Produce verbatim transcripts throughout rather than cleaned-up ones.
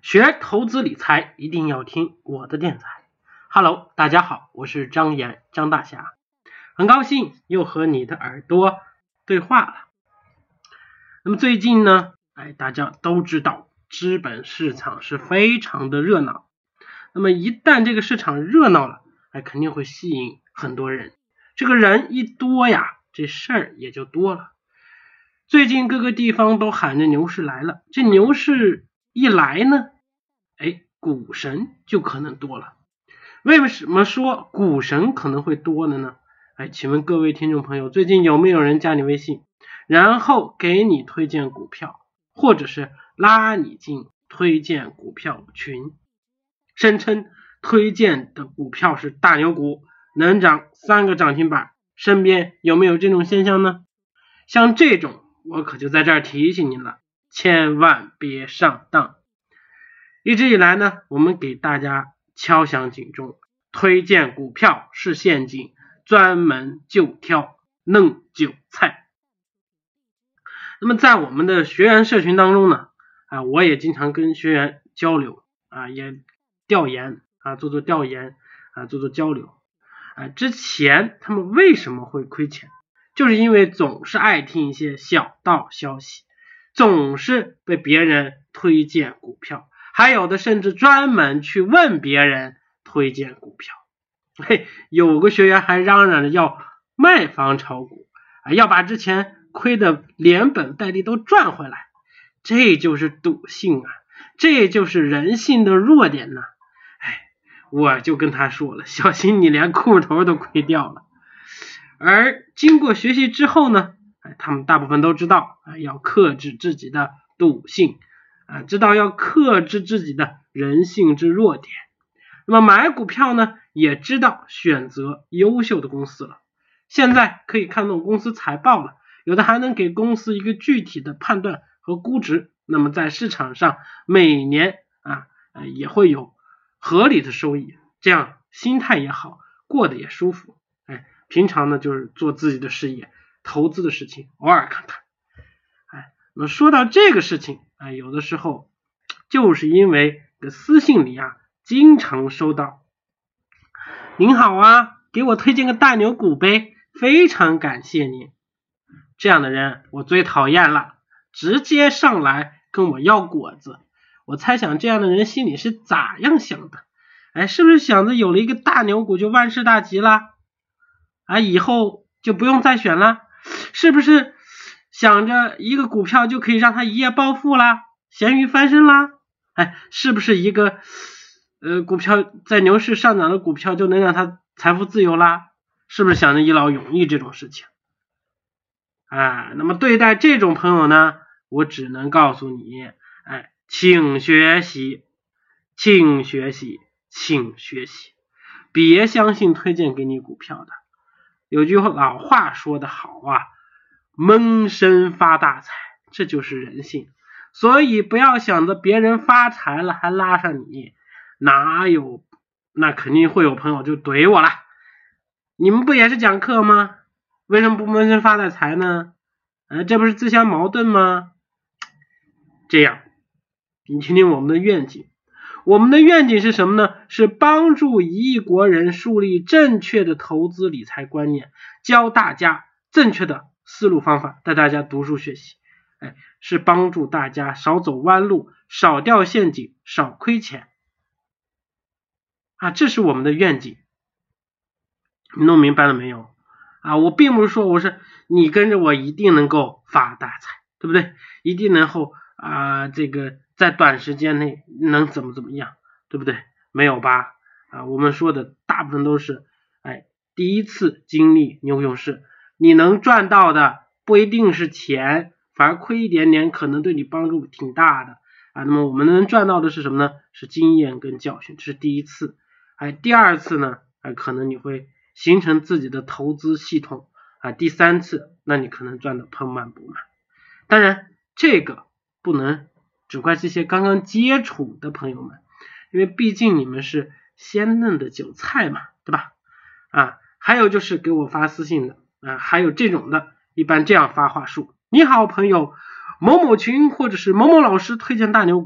学投资理财一定要听我的电台。Hello， 大家好，我是张岩张大侠，很高兴又和你的耳朵对话了。那么最近呢，哎，大家都知道资本市场是非常的热闹。那么一旦这个市场热闹了，哎，肯定会吸引很多人。这个人一多呀，这事儿也就多了。最近各个地方都喊着牛市来了，这牛市一来呢，哎，股神就可能多了。为什么说股神可能会多了呢？哎，请问各位听众朋友，最近有没有人加你微信，然后给你推荐股票，或者是拉你进推荐股票群，声称推荐的股票是大牛股，能涨三个涨停板，身边有没有这种现象呢？像这种我可就在这儿提醒您了，千万别上当。一直以来呢，我们给大家敲响警钟，推荐股票是陷阱，专门就挑嫩韭菜。那么在我们的学员社群当中呢，啊，我也经常跟学员交流啊，也调研啊，做做调研啊，做做交流啊。之前他们为什么会亏钱？就是因为总是爱听一些小道消息，总是被别人推荐股票，还有的甚至专门去问别人推荐股票。嘿，有个学员还嚷嚷着要卖房炒股，啊，要把之前亏的连本带利都赚回来。这就是赌性啊，这就是人性的弱点呢、啊。哎，我就跟他说了，小心你连裤头都亏掉了。而经过学习之后呢，他们大部分都知道要克制自己的赌性，知道要克制自己的人性之弱点。那么买股票呢，也知道选择优秀的公司了。现在可以看懂公司财报了，有的还能给公司一个具体的判断和估值。那么在市场上每年啊也会有合理的收益，这样心态也好，过得也舒服。哎，平常呢就是做自己的事业，投资的事情偶尔看看。哎，那么说到这个事情，哎，有的时候就是因为私信里啊经常收到，您好啊，给我推荐个大牛股呗，非常感谢您。这样的人我最讨厌了，直接上来跟我要果子。我猜想这样的人心里是咋样想的？哎，是不是想着有了一个大牛股就万事大吉了？啊，以后就不用再选了？是不是想着一个股票就可以让他一夜暴富啦，咸鱼翻身啦？哎，是不是一个呃股票在牛市上涨的股票就能让他财富自由啦？是不是想着一劳永逸这种事情？啊，那么对待这种朋友呢，我只能告诉你，哎，请学习，请学习，请学习，别相信推荐给你股票的。有句老话说得好啊，闷声发大财，这就是人性。所以不要想着别人发财了还拉上你，哪有？那肯定会有朋友就怼我了，你们不也是讲课吗？为什么不闷声发大财呢？呃，这不是自相矛盾吗？这样，你听听我们的愿景。我们的愿景是什么呢？是帮助一亿国人树立正确的投资理财观念，教大家正确的思路方法，带大家读书学习。哎，是帮助大家少走弯路，少掉陷阱，少亏钱。啊，这是我们的愿景。你弄明白了没有？啊，我并不是说我是你跟着我一定能够发大财，对不对？一定能够啊，这个在短时间内能怎么怎么样，对不对？没有吧？啊，我们说的大部分都是，哎，第一次经历牛熊市，你能赚到的不一定是钱，反而亏一点点可能对你帮助挺大的啊。那么我们能赚到的是什么呢？是经验跟教训，这是第一次。哎，第二次呢，哎，可能你会形成自己的投资系统啊。第三次，那你可能赚得盆满钵满。当然，这个不能只怪这些刚刚接触的朋友们，因为毕竟你们是鲜嫩的韭菜嘛，对吧？啊，还有就是给我发私信的啊，还有这种的，一般这样发话术：你好，朋友，某某群或者是某某老师推荐大牛股，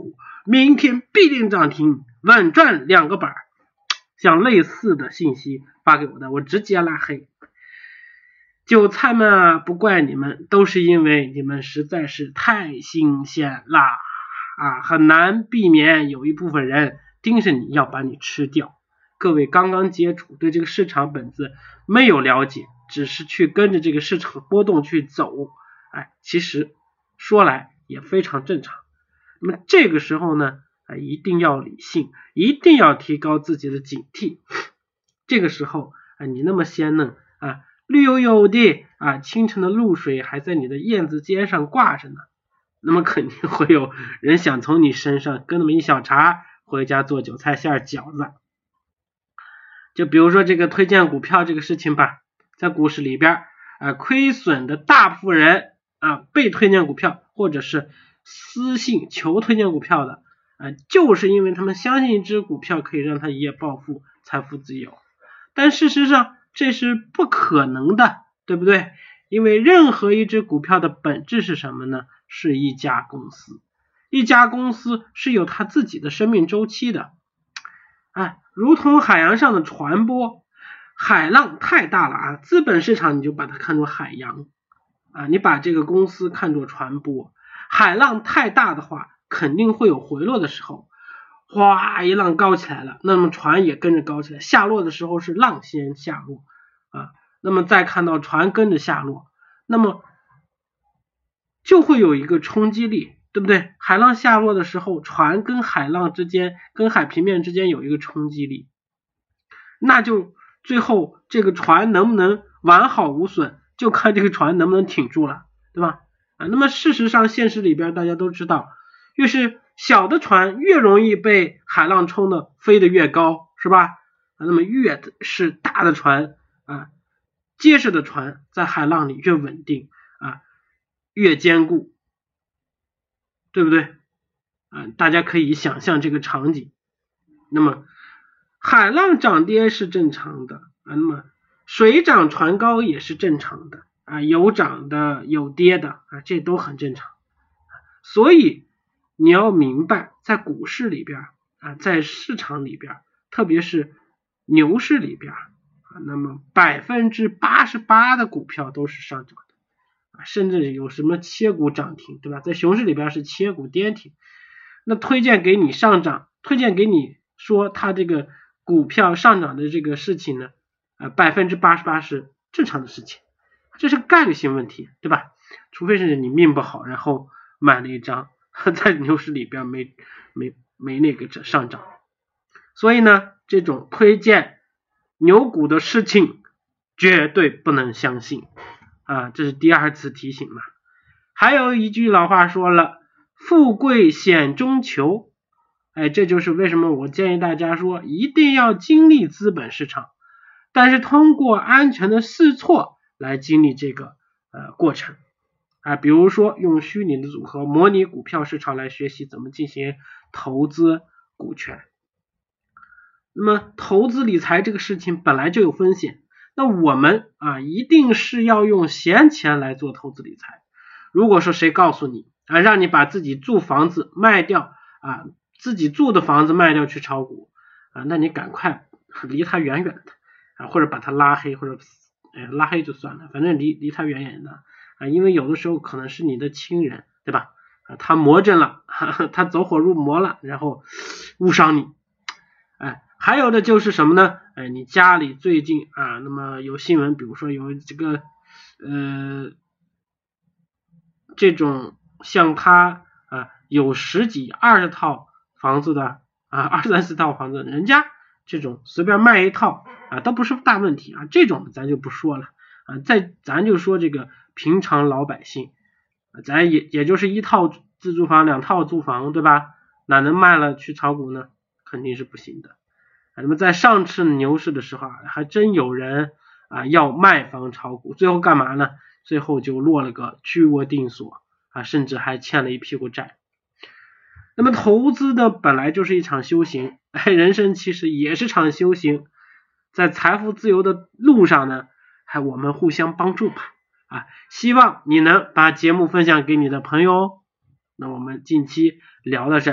明天必定涨停，稳赚两个板。像类似的信息发给我的，我直接拉黑。韭菜们啊，不怪你们，都是因为你们实在是太新鲜啦啊，很难避免有一部分人盯着你要把你吃掉。各位刚刚接触，对这个市场本质没有了解，只是去跟着这个市场波动去走，哎，其实说来也非常正常。那么这个时候呢，啊，一定要理性，一定要提高自己的警惕。这个时候啊，你那么鲜嫩啊，绿油油的啊，清晨的露水还在你的燕子尖上挂着呢，那么肯定会有人想从你身上割那么一小茬回家做韭菜馅饺子。就比如说这个推荐股票这个事情吧，在股市里边啊，亏损的大部分人啊，被推荐股票或者是私信求推荐股票的啊，就是因为他们相信一只股票可以让他一夜暴富，财富自由。但事实上这是不可能的，对不对？因为任何一只股票的本质是什么呢？是一家公司。一家公司是有它自己的生命周期的。哎，如同海洋上的船舶，海浪太大了啊，资本市场你就把它看作海洋啊，你把这个公司看作船舶，海浪太大的话，肯定会有回落的时候，哗一浪高起来了，那么船也跟着高起来，下落的时候是浪先下落啊，那么再看到船跟着下落，那么就会有一个冲击力，对不对？海浪下落的时候，船跟海浪之间跟海平面之间有一个冲击力，那就最后这个船能不能完好无损，就看这个船能不能挺住了，对吧？啊，那么事实上现实里边大家都知道，越是小的船越容易被海浪冲的飞得越高，是吧？啊，那么越是大的船啊，结实的船在海浪里越稳定啊，越坚固，对不对？啊，大家可以想象这个场景。那么海浪涨跌是正常的啊，那么水涨船高也是正常的啊，有涨的有跌的啊，这都很正常。所以你要明白，在股市里边啊，在市场里边，特别是牛市里边啊，那么百分之八十八的股票都是上涨的啊，甚至有什么切股涨停，对吧？在熊市里边是切股跌停，那推荐给你上涨，推荐给你说它这个股票上涨的这个事情呢，呃，百分之八十八是正常的事情，这是概率性问题，对吧？除非是你命不好，然后买了一张在牛市里边没没没那个上涨，所以呢，这种推荐牛股的事情绝对不能相信啊，这是第二次提醒嘛。还有一句老话说了，富贵险中求，哎，这就是为什么我建议大家说一定要经历资本市场，但是通过安全的试错来经历这个呃过程啊，比如说用虚拟的组合模拟股票市场来学习怎么进行投资股权。那么投资理财这个事情本来就有风险，那我们啊一定是要用闲钱来做投资理财。如果说谁告诉你啊，让你把自己住房子卖掉啊，自己住的房子卖掉去炒股啊，那你赶快离他远远的啊，或者把他拉黑，或者哎拉黑就算了，反正离离他远远的啊，因为有的时候可能是你的亲人，对吧？啊，他魔怔了，哈哈，他走火入魔了，然后误伤你。哎，还有的就是什么呢？哎，你家里最近啊，那么有新闻，比如说有这个呃这种像他啊有十几二十套房子的啊，二三十套房子，人家这种随便卖一套啊都不是大问题啊，这种咱就不说了啊，再咱就说这个平常老百姓，咱也也就是一套自住房两套住房，对吧？哪能卖了去炒股呢？肯定是不行的。那么在上次牛市的时候啊，还真有人啊要卖房炒股，最后干嘛呢？最后就落了个居无定所啊，甚至还欠了一屁股债。那么投资呢，本来就是一场修行，哎，人生其实也是场修行，在财富自由的路上呢，还我们互相帮助吧。啊，希望你能把节目分享给你的朋友哦。那我们近期聊到这。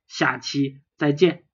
下期再见。